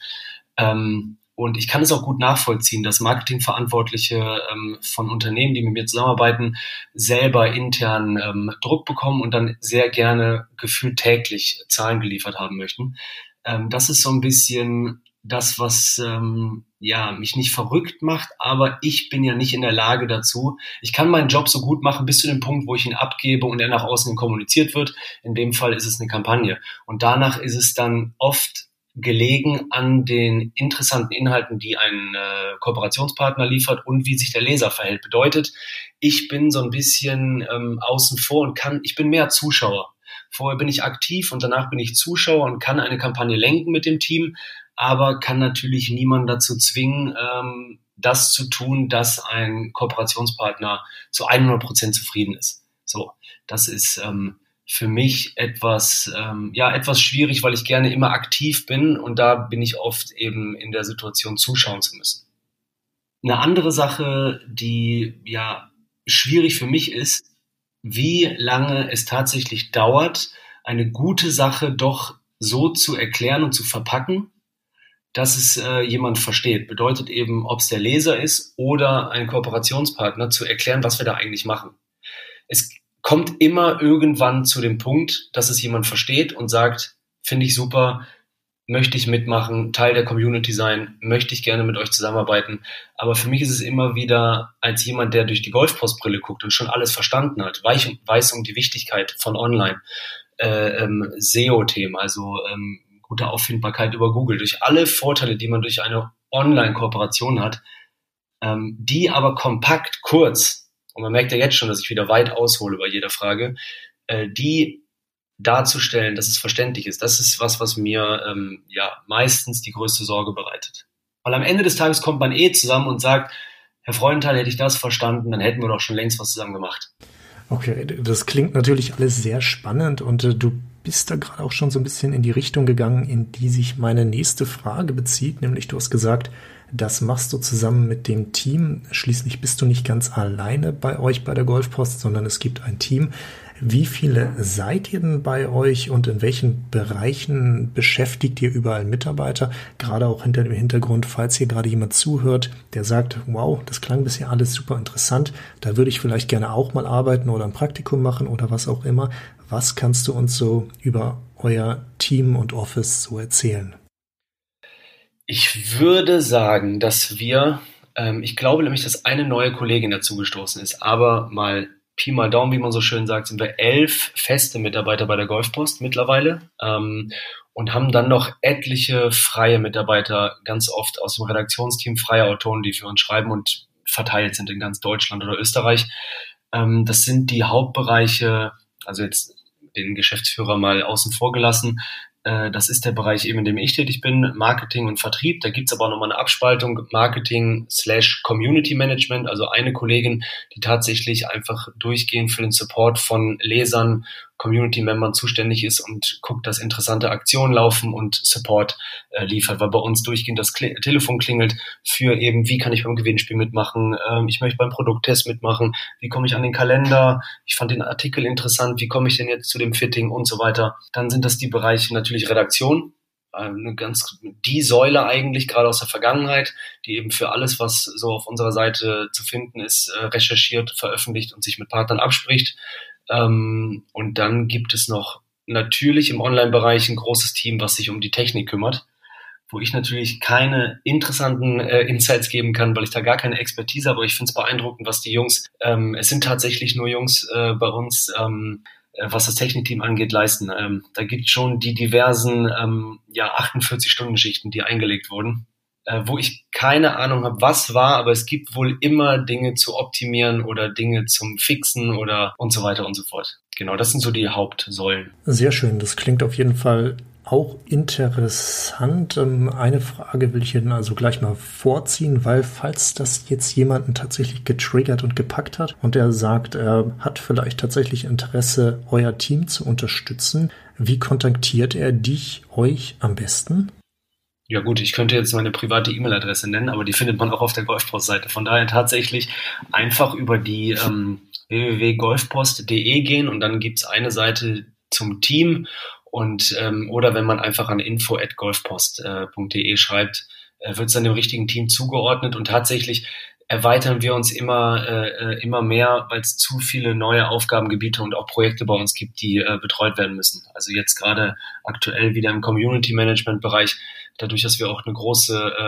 Und ich kann es auch gut nachvollziehen, dass Marketingverantwortliche ähm, von Unternehmen, die mit mir zusammenarbeiten, selber intern ähm, Druck bekommen und dann sehr gerne gefühlt täglich Zahlen geliefert haben möchten. Ähm, das ist so ein bisschen das, was ähm, ja mich nicht verrückt macht, aber ich bin ja nicht in der Lage dazu. Ich kann meinen Job so gut machen bis zu dem Punkt, wo ich ihn abgebe und er nach außen kommuniziert wird. In dem Fall ist es eine Kampagne. Und danach ist es dann oft gelegen an den interessanten Inhalten, die ein äh, Kooperationspartner liefert und wie sich der Leser verhält. Bedeutet, ich bin so ein bisschen ähm, außen vor und kann, ich bin mehr Zuschauer. Vorher bin ich aktiv und danach bin ich Zuschauer und kann eine Kampagne lenken mit dem Team, aber kann natürlich niemanden dazu zwingen, ähm, das zu tun, dass ein Kooperationspartner zu hundert Prozent zufrieden ist. So, das ist ähm, für mich etwas, ähm, ja, etwas schwierig, weil ich gerne immer aktiv bin und da bin ich oft eben in der Situation, zuschauen zu müssen. Eine andere Sache, die ja schwierig für mich ist, wie lange es tatsächlich dauert, eine gute Sache doch so zu erklären und zu verpacken, dass es äh, jemand versteht. Bedeutet eben, ob es der Leser ist oder ein Kooperationspartner, zu erklären, was wir da eigentlich machen. Es kommt immer irgendwann zu dem Punkt, dass es jemand versteht und sagt, finde ich super, möchte ich mitmachen, Teil der Community sein, möchte ich gerne mit euch zusammenarbeiten. Aber für mich ist es immer wieder als jemand, der durch die Golfpostbrille guckt und schon alles verstanden hat, weiß, weiß um die Wichtigkeit von Online, äh, ähm, S E O-Themen, also ähm, gute Auffindbarkeit über Google, durch alle Vorteile, die man durch eine Online-Kooperation hat, ähm, die aber kompakt, kurz, und man merkt ja jetzt schon, dass ich wieder weit aushole bei jeder Frage, äh, die darzustellen, dass es verständlich ist. Das ist was, was mir ähm, ja meistens die größte Sorge bereitet. Weil am Ende des Tages kommt man eh zusammen und sagt, Herr Freudenthal, hätte ich das verstanden, dann hätten wir doch schon längst was zusammen gemacht. Okay, das klingt natürlich alles sehr spannend und äh, du bist da gerade auch schon so ein bisschen in die Richtung gegangen, in die sich meine nächste Frage bezieht, nämlich du hast gesagt, das machst du zusammen mit dem Team. Schließlich bist du nicht ganz alleine bei euch bei der Golfpost, sondern es gibt ein Team. Wie viele seid ihr denn bei euch und in welchen Bereichen beschäftigt ihr überall Mitarbeiter? Gerade auch hinter dem Hintergrund, falls hier gerade jemand zuhört, der sagt, wow, das klang bisher alles super interessant, da würde ich vielleicht gerne auch mal arbeiten oder ein Praktikum machen oder was auch immer. Was kannst du uns so über euer Team und Office so erzählen? Ich würde sagen, dass wir, ähm, ich glaube nämlich, dass eine neue Kollegin dazugestoßen ist, aber mal Pi mal Daumen, wie man so schön sagt, sind wir elf feste Mitarbeiter bei der Golfpost mittlerweile ähm, und haben dann noch etliche freie Mitarbeiter, ganz oft aus dem Redaktionsteam, freie Autoren, die für uns schreiben und verteilt sind in ganz Deutschland oder Österreich. Ähm, das sind die Hauptbereiche, also jetzt den Geschäftsführer mal außen vor gelassen. Das ist der Bereich eben, in dem ich tätig bin, Marketing und Vertrieb. Da gibt's aber auch nochmal eine Abspaltung, Marketing slash Community Management, also eine Kollegin, die tatsächlich einfach durchgehend für den Support von Lesern, Community-Membern zuständig ist und guckt, dass interessante Aktionen laufen und Support äh, liefert, weil bei uns durchgehend das Kli- Telefon klingelt für eben, wie kann ich beim Gewinnspiel mitmachen, ähm, ich möchte beim Produkttest mitmachen, wie komme ich an den Kalender, ich fand den Artikel interessant, wie komme ich denn jetzt zu dem Fitting und so weiter. Dann sind das die Bereiche natürlich Redaktion, äh, eine ganz die Säule eigentlich, gerade aus der Vergangenheit, die eben für alles, was so auf unserer Seite zu finden ist, äh, recherchiert, veröffentlicht und sich mit Partnern abspricht. Ähm, und dann gibt es noch natürlich im Online-Bereich ein großes Team, was sich um die Technik kümmert, wo ich natürlich keine interessanten äh, Insights geben kann, weil ich da gar keine Expertise habe, aber ich finde es beeindruckend, was die Jungs, ähm, es sind tatsächlich nur Jungs äh, bei uns, ähm, äh, was das Technikteam angeht, leisten. Ähm, da gibt es schon die diversen ähm, ja, achtundvierzig-Stunden-Schichten, die eingelegt wurden, äh, wo ich keine Ahnung habe, was war, aber es gibt wohl immer Dinge zu optimieren oder Dinge zum Fixen oder und so weiter und so fort. Genau, das sind so die Hauptsäulen. Sehr schön, das klingt auf jeden Fall auch interessant. Eine Frage will ich hier also gleich mal vorziehen, weil falls das jetzt jemanden tatsächlich getriggert und gepackt hat und er sagt, er hat vielleicht tatsächlich Interesse, euer Team zu unterstützen, wie kontaktiert er dich, euch am besten? Ja gut, ich könnte jetzt meine private E-Mail-Adresse nennen, aber die findet man auch auf der Golfpost-Seite. Von daher tatsächlich einfach über die ähm, w w w punkt golfpost punkt d e gehen und dann gibt's eine Seite zum Team und ähm, oder wenn man einfach an info at golfpost punkt d e schreibt, äh, wird es dann dem richtigen Team zugeordnet und tatsächlich erweitern wir uns immer äh, immer mehr, weil es zu viele neue Aufgabengebiete und auch Projekte bei uns gibt, die äh, betreut werden müssen. Also jetzt gerade aktuell wieder im Community-Management-Bereich, dadurch, dass wir auch eine große ähm,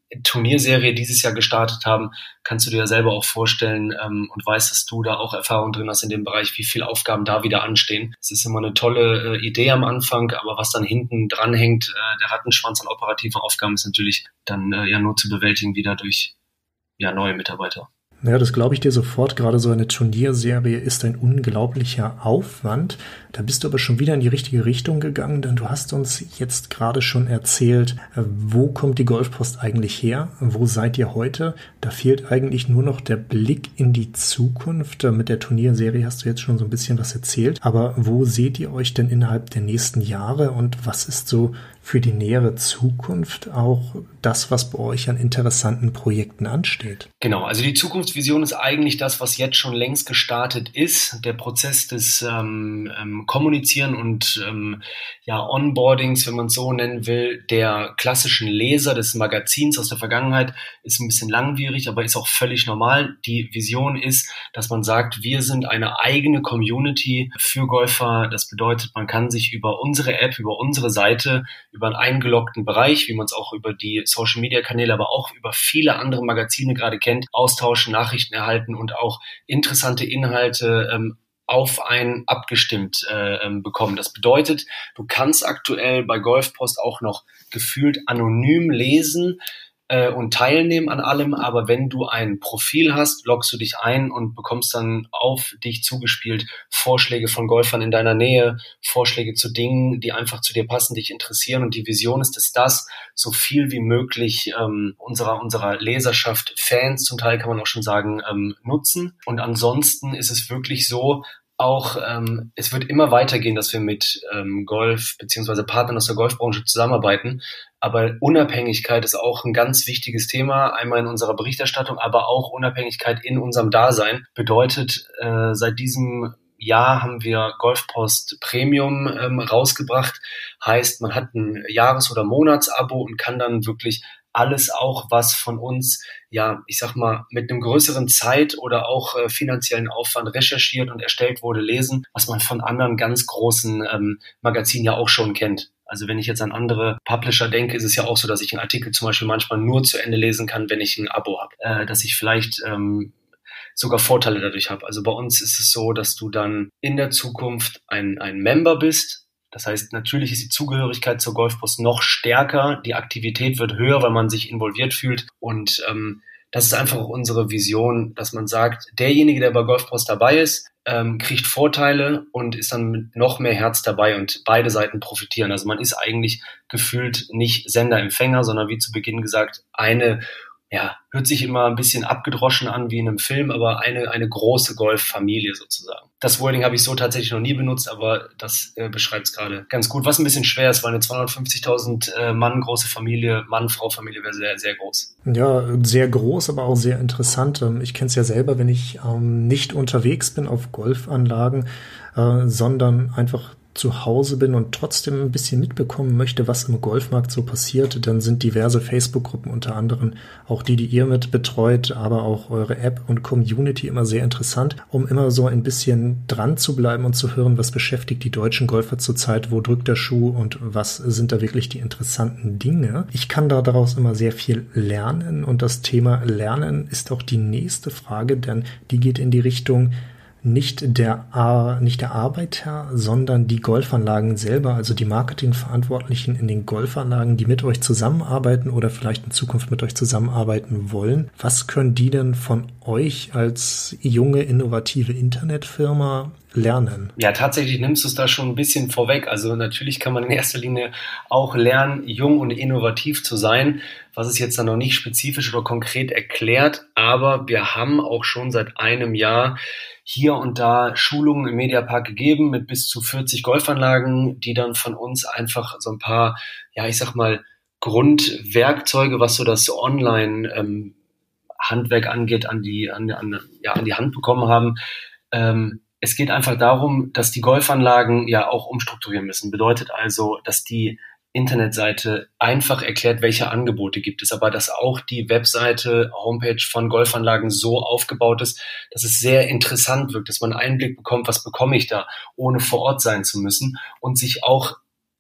Turnierserie dieses Jahr gestartet haben, kannst du dir ja selber auch vorstellen ähm, und weißt, dass du da auch Erfahrung drin hast in dem Bereich, wie viele Aufgaben da wieder anstehen. Es ist immer eine tolle äh, Idee am Anfang, aber was dann hinten dran hängt, äh, der Rattenschwanz an operativen Aufgaben ist natürlich dann äh, ja nur zu bewältigen wieder durch ja neue Mitarbeiter. Ja, das glaube ich dir sofort. Gerade so eine Turnierserie ist ein unglaublicher Aufwand. Da bist du aber schon wieder in die richtige Richtung gegangen, denn du hast uns jetzt gerade schon erzählt, wo kommt die Golfpost eigentlich her? Wo seid ihr heute? Da fehlt eigentlich nur noch der Blick in die Zukunft. Mit der Turnierserie hast du jetzt schon so ein bisschen was erzählt. Aber wo seht ihr euch denn innerhalb der nächsten Jahre und was ist so für die nähere Zukunft auch das, was bei euch an interessanten Projekten ansteht? Genau, also die Zukunftsvision ist eigentlich das, was jetzt schon längst gestartet ist. Der Prozess des ähm, ähm, Kommunizieren und ähm, ja, Onboardings, wenn man es so nennen will, der klassischen Leser des Magazins aus der Vergangenheit ist ein bisschen langwierig, aber ist auch völlig normal. Die Vision ist, dass man sagt, wir sind eine eigene Community für Golfer. Das bedeutet, man kann sich über unsere App, über unsere Seite, über einen eingeloggten Bereich, wie man es auch über die Social-Media-Kanäle, aber auch über viele andere Magazine gerade kennt, austauschen, Nachrichten erhalten und auch interessante Inhalte ähm, auf einen abgestimmt äh, bekommen. Das bedeutet, du kannst aktuell bei Golfpost auch noch gefühlt anonym lesen äh, und teilnehmen an allem, aber wenn du ein Profil hast, loggst du dich ein und bekommst dann auf dich zugespielt Vorschläge von Golfern in deiner Nähe, Vorschläge zu Dingen, die einfach zu dir passen, dich interessieren, und die Vision ist es, das so viel wie möglich ähm, unserer unserer Leserschaft, Fans zum Teil kann man auch schon sagen, ähm, nutzen. Und ansonsten ist es wirklich so, auch ähm, es wird immer weitergehen, dass wir mit ähm, Golf beziehungsweise Partnern aus der Golfbranche zusammenarbeiten. Aber Unabhängigkeit ist auch ein ganz wichtiges Thema, einmal in unserer Berichterstattung, aber auch Unabhängigkeit in unserem Dasein. Bedeutet, äh, seit diesem Jahr haben wir Golfpost Premium ähm, rausgebracht. Heißt, man hat ein Jahres- oder Monatsabo und kann dann wirklich alles auch, was von uns, ja, ich sag mal, mit einem größeren Zeit- oder auch äh, finanziellen Aufwand recherchiert und erstellt wurde, lesen, was man von anderen ganz großen ähm, Magazinen ja auch schon kennt. Also wenn ich jetzt an andere Publisher denke, ist es ja auch so, dass ich einen Artikel zum Beispiel manchmal nur zu Ende lesen kann, wenn ich ein Abo habe, äh, dass ich vielleicht ähm, sogar Vorteile dadurch habe. Also bei uns ist es so, dass du dann in der Zukunft ein, ein Member bist. Das heißt, natürlich ist die Zugehörigkeit zur Golfpost noch stärker, die Aktivität wird höher, weil man sich involviert fühlt, und ähm, das ist einfach unsere Vision, dass man sagt, derjenige, der bei Golfpost dabei ist, ähm, kriegt Vorteile und ist dann mit noch mehr Herz dabei und beide Seiten profitieren. Also man ist eigentlich gefühlt nicht Sender-Empfänger, sondern wie zu Beginn gesagt, eine, ja, hört sich immer ein bisschen abgedroschen an wie in einem Film, aber eine eine große Golffamilie sozusagen. Das Wording habe ich so tatsächlich noch nie benutzt, aber das äh, beschreibt es gerade ganz gut. Was ein bisschen schwer ist, weil eine zweihundertfünfzigtausend äh, Mann große Familie, Mann-Frau-Familie wäre sehr, sehr groß. Ja, sehr groß, aber auch sehr interessant. Ich kenne es ja selber, wenn ich ähm, nicht unterwegs bin auf Golfanlagen, äh, sondern einfach zu Hause bin und trotzdem ein bisschen mitbekommen möchte, was im Golfmarkt so passiert, dann sind diverse Facebook-Gruppen, unter anderem auch die, die ihr mit betreut, aber auch eure App und Community immer sehr interessant, um immer so ein bisschen dran zu bleiben und zu hören, was beschäftigt die deutschen Golfer zurzeit, wo drückt der Schuh und was sind da wirklich die interessanten Dinge. Ich kann da daraus immer sehr viel lernen, und das Thema Lernen ist auch die nächste Frage, denn die geht in die Richtung, nicht der, nicht der Arbeiter, sondern die Golfanlagen selber, also die Marketingverantwortlichen in den Golfanlagen, die mit euch zusammenarbeiten oder vielleicht in Zukunft mit euch zusammenarbeiten wollen. Was können die denn von euch als junge, innovative Internetfirma lernen? Ja, tatsächlich nimmst du es da schon ein bisschen vorweg. Also natürlich kann man in erster Linie auch lernen, jung und innovativ zu sein, was es jetzt dann noch nicht spezifisch oder konkret erklärt, aber wir haben auch schon seit einem Jahr hier und da Schulungen im Mediapark gegeben mit bis zu vierzig Golfanlagen, die dann von uns einfach so ein paar, ja, ich sag mal, Grundwerkzeuge, was so das Online ähm, Handwerk angeht, an die, an, an, ja, an die Hand bekommen haben. Ähm, es geht einfach darum, dass die Golfanlagen ja auch umstrukturieren müssen. Bedeutet also, dass die Internetseite einfach erklärt, welche Angebote gibt es, aber dass auch die Webseite, Homepage von Golfanlagen so aufgebaut ist, dass es sehr interessant wirkt, dass man einen Einblick bekommt, was bekomme ich da, ohne vor Ort sein zu müssen, und sich auch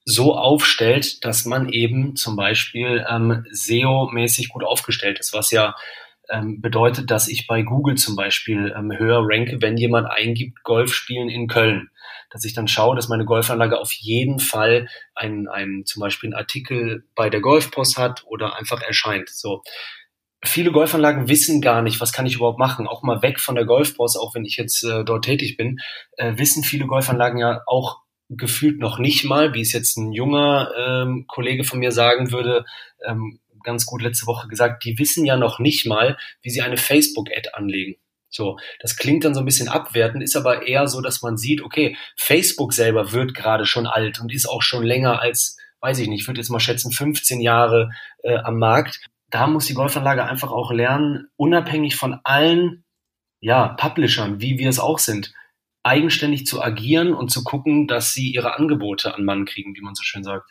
so aufstellt, dass man eben zum Beispiel ähm, S E O-mäßig gut aufgestellt ist, was ja ähm, bedeutet, dass ich bei Google zum Beispiel ähm, höher ranke, wenn jemand eingibt, Golf spielen in Köln. Dass ich dann schaue, dass meine Golfanlage auf jeden Fall einen, einen, zum Beispiel einen Artikel bei der Golfpost hat oder einfach erscheint. So. Viele Golfanlagen wissen gar nicht, was kann ich überhaupt machen. Auch mal weg von der Golfpost, auch wenn ich jetzt äh, dort tätig bin, äh, wissen viele Golfanlagen ja auch gefühlt noch nicht mal, wie es jetzt ein junger ähm, Kollege von mir sagen würde, ähm, ganz gut letzte Woche gesagt, die wissen ja noch nicht mal, wie sie eine Facebook-Ad anlegen. So, das klingt dann so ein bisschen abwertend, ist aber eher so, dass man sieht, okay, Facebook selber wird gerade schon alt und ist auch schon länger als, weiß ich nicht, ich würde jetzt mal schätzen, fünfzehn Jahre äh, am Markt. Da muss die Golfanlage einfach auch lernen, unabhängig von allen, ja, Publishern, wie wir es auch sind, eigenständig zu agieren und zu gucken, dass sie ihre Angebote an Mann kriegen, wie man so schön sagt.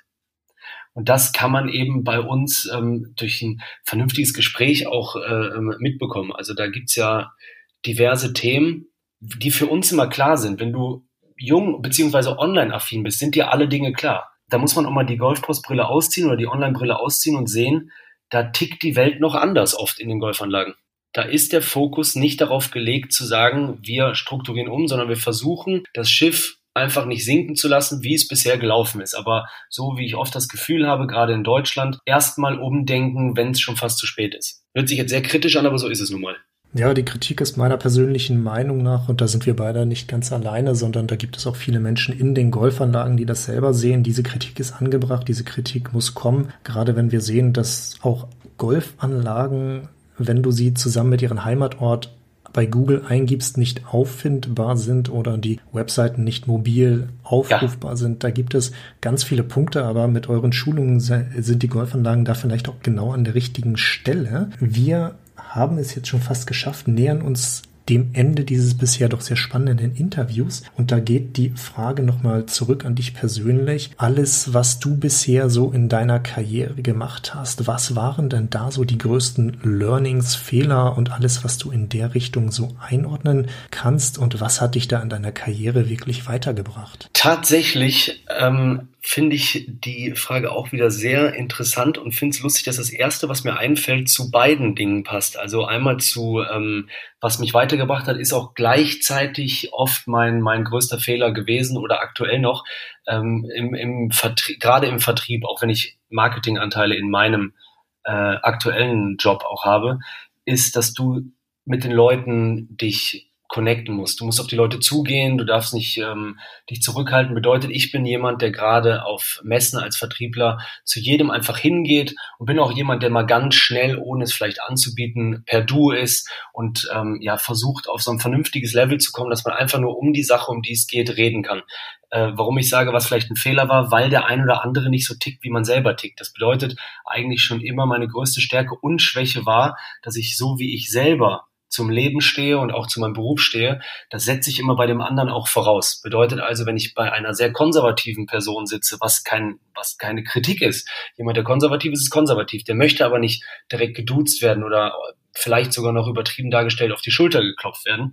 Und das kann man eben bei uns ähm, durch ein vernünftiges Gespräch auch äh, mitbekommen. Also da gibt's ja diverse Themen, die für uns immer klar sind. Wenn du jung bzw. online-affin bist, sind dir alle Dinge klar. Da muss man auch mal die Golfpostbrille ausziehen oder die Online-Brille ausziehen und sehen, da tickt die Welt noch anders oft in den Golfanlagen. Da ist der Fokus nicht darauf gelegt zu sagen, wir strukturieren um, sondern wir versuchen, das Schiff einfach nicht sinken zu lassen, wie es bisher gelaufen ist. Aber so wie ich oft das Gefühl habe, gerade in Deutschland, erstmal umdenken, wenn es schon fast zu spät ist. Hört sich jetzt sehr kritisch an, aber so ist es nun mal. Ja, die Kritik ist meiner persönlichen Meinung nach, und da sind wir beide nicht ganz alleine, sondern da gibt es auch viele Menschen in den Golfanlagen, die das selber sehen. Diese Kritik ist angebracht, diese Kritik muss kommen, gerade wenn wir sehen, dass auch Golfanlagen, wenn du sie zusammen mit ihrem Heimatort bei Google eingibst, nicht auffindbar sind oder die Webseiten nicht mobil aufrufbar ja. sind. Da gibt es ganz viele Punkte, aber mit euren Schulungen sind die Golfanlagen da vielleicht auch genau an der richtigen Stelle. Wir haben es jetzt schon fast geschafft, nähern uns dem Ende dieses bisher doch sehr spannenden Interviews. Und da geht die Frage nochmal zurück an dich persönlich. Alles, was du bisher so in deiner Karriere gemacht hast, was waren denn da so die größten Learnings, Fehler und alles, was du in der Richtung so einordnen kannst? Und was hat dich da in deiner Karriere wirklich weitergebracht? Tatsächlich ähm, finde ich die Frage auch wieder sehr interessant und finde es lustig, dass das Erste, was mir einfällt, zu beiden Dingen passt. Also einmal zu, ähm, was mich weitergebracht hat, ist auch gleichzeitig oft mein mein größter Fehler gewesen oder aktuell noch, ähm, im, im Vertrieb, gerade im Vertrieb, auch wenn ich Marketinganteile in meinem äh, aktuellen Job auch habe, ist, dass du mit den Leuten dich connecten musst. Du musst auf die Leute zugehen, du darfst nicht ähm, dich zurückhalten. Bedeutet, ich bin jemand, der gerade auf Messen als Vertriebler zu jedem einfach hingeht und bin auch jemand, der mal ganz schnell, ohne es vielleicht anzubieten, per Du ist und ähm, ja versucht, auf so ein vernünftiges Level zu kommen, dass man einfach nur um die Sache, um die es geht, reden kann. Äh, warum ich sage, was vielleicht ein Fehler war, weil der ein oder andere nicht so tickt, wie man selber tickt. Das bedeutet eigentlich schon immer meine größte Stärke und Schwäche war, dass ich so, wie ich selber zum Leben stehe und auch zu meinem Beruf stehe, das setze ich immer bei dem anderen auch voraus. Bedeutet also, wenn ich bei einer sehr konservativen Person sitze, was kein, was keine Kritik ist. Jemand, der konservativ ist, ist konservativ. Der möchte aber nicht direkt geduzt werden oder vielleicht sogar noch übertrieben dargestellt auf die Schulter geklopft werden.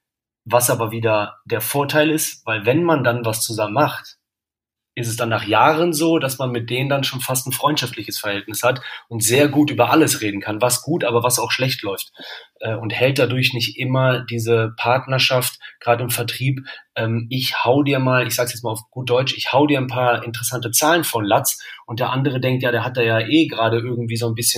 Was aber wieder der Vorteil ist, weil wenn man dann was zusammen macht, ist es dann nach Jahren so, dass man mit denen dann schon fast ein freundschaftliches Verhältnis hat und sehr gut über alles reden kann, was gut, aber was auch schlecht läuft. Und hält dadurch nicht immer diese Partnerschaft, gerade im Vertrieb, ich hau dir mal, ich sag's jetzt mal auf gut Deutsch, ich hau dir ein paar interessante Zahlen von Latz und der andere denkt, ja, der hat da ja eh gerade irgendwie so ein bisschen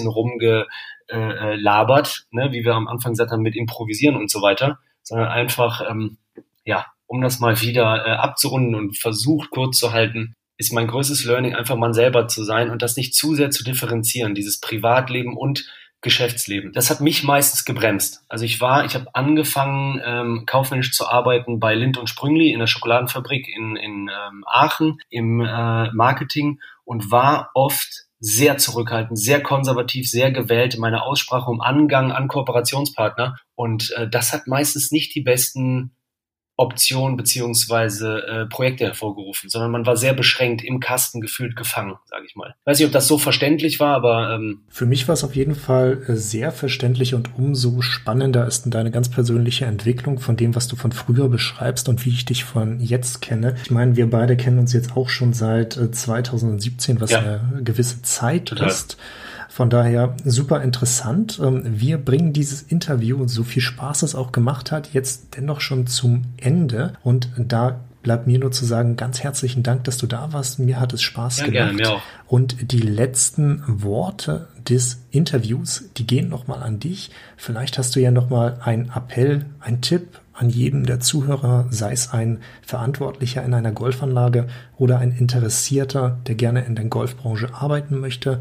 rumgelabert, ne, wie wir am Anfang gesagt haben, mit Improvisieren und so weiter, sondern einfach, ähm, ja, um das mal wieder äh, abzurunden und versucht kurz zu halten, ist mein größtes Learning einfach man selber zu sein und das nicht zu sehr zu differenzieren, dieses Privatleben und Geschäftsleben. Das hat mich meistens gebremst. Also ich war, ich habe angefangen, ähm, kaufmännisch zu arbeiten bei Lindt und Sprüngli in der Schokoladenfabrik in, in ähm, Aachen im äh, Marketing und war oft sehr zurückhaltend, sehr konservativ, sehr gewählt in meiner Aussprache um Angang an Kooperationspartner und äh, das hat meistens nicht die besten Optionen beziehungsweise äh, Projekte hervorgerufen, sondern man war sehr beschränkt im Kasten gefühlt gefangen, sage ich mal. Weiß nicht, ob das so verständlich war, aber ähm für mich war es auf jeden Fall sehr verständlich und umso spannender ist deine ganz persönliche Entwicklung von dem, was du von früher beschreibst und wie ich dich von jetzt kenne. Ich meine, wir beide kennen uns jetzt auch schon seit äh, zweitausendsiebzehn, was ja eine gewisse Zeit Total. ist. Von daher super interessant. Wir bringen dieses Interview, so viel Spaß es auch gemacht hat, jetzt dennoch schon zum Ende. Und da bleibt mir nur zu sagen, ganz herzlichen Dank, dass du da warst. Mir hat es Spaß ja, gemacht. Gerne, mir auch. Und die letzten Worte des Interviews, die gehen nochmal an dich. Vielleicht hast du ja nochmal einen Appell, einen Tipp an jeden der Zuhörer, sei es ein Verantwortlicher in einer Golfanlage oder ein Interessierter, der gerne in der Golfbranche arbeiten möchte.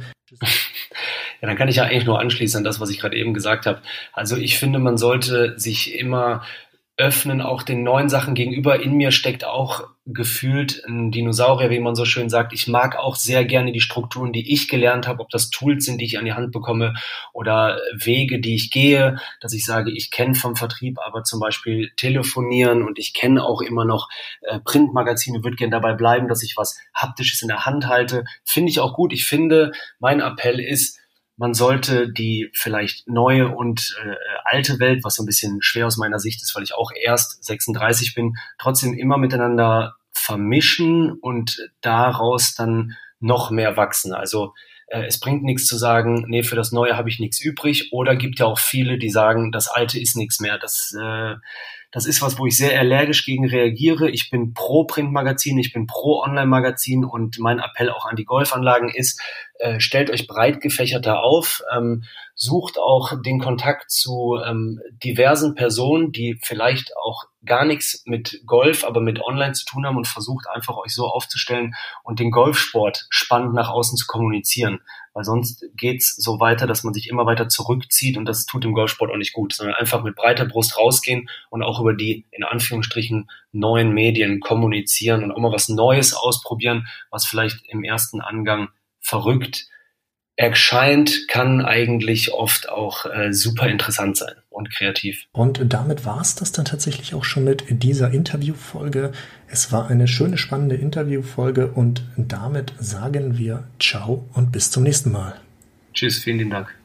Ja, dann kann ich ja eigentlich nur anschließen an das, was ich gerade eben gesagt habe. Also ich finde, man sollte sich immer öffnen, auch den neuen Sachen gegenüber. In mir steckt auch gefühlt ein Dinosaurier, wie man so schön sagt. Ich mag auch sehr gerne die Strukturen, die ich gelernt habe, ob das Tools sind, die ich an die Hand bekomme oder Wege, die ich gehe, dass ich sage, ich kenne vom Vertrieb aber zum Beispiel telefonieren und ich kenne auch immer noch äh, Printmagazine, würde gerne dabei bleiben, dass ich was Haptisches in der Hand halte. Finde ich auch gut. Ich finde, mein Appell ist, man sollte die vielleicht neue und äh, alte Welt, was so ein bisschen schwer aus meiner Sicht ist, weil ich auch erst sechsunddreißig bin, trotzdem immer miteinander vermischen und daraus dann noch mehr wachsen. Also äh, es bringt nichts zu sagen, nee, für das Neue habe ich nichts übrig. Oder gibt ja auch viele, die sagen, das Alte ist nichts mehr. Das äh, Das ist was, wo ich sehr allergisch gegen reagiere. Ich bin pro Printmagazin, ich bin pro Online-Magazin und mein Appell auch an die Golfanlagen ist, äh, stellt euch breit gefächerter auf, ähm, sucht auch den Kontakt zu ähm, diversen Personen, die vielleicht auch gar nichts mit Golf, aber mit Online zu tun haben und versucht einfach euch so aufzustellen und den Golfsport spannend nach außen zu kommunizieren. Weil sonst geht's so weiter, dass man sich immer weiter zurückzieht und das tut dem Golfsport auch nicht gut, sondern einfach mit breiter Brust rausgehen und auch über die, in Anführungsstrichen, neuen Medien kommunizieren und auch mal was Neues ausprobieren, was vielleicht im ersten Angang verrückt erscheint, kann eigentlich oft auch äh, super interessant sein und kreativ. Und damit war es das dann tatsächlich auch schon mit dieser Interviewfolge. Es war eine schöne, spannende Interviewfolge und damit sagen wir ciao und bis zum nächsten Mal. Tschüss, vielen lieben Dank.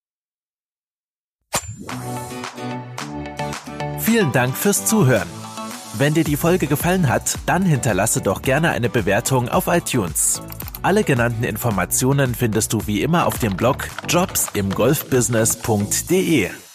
Vielen Dank fürs Zuhören. Wenn dir die Folge gefallen hat, dann hinterlasse doch gerne eine Bewertung auf iTunes. Alle genannten Informationen findest du wie immer auf dem Blog jobs im golfbusiness punkt de.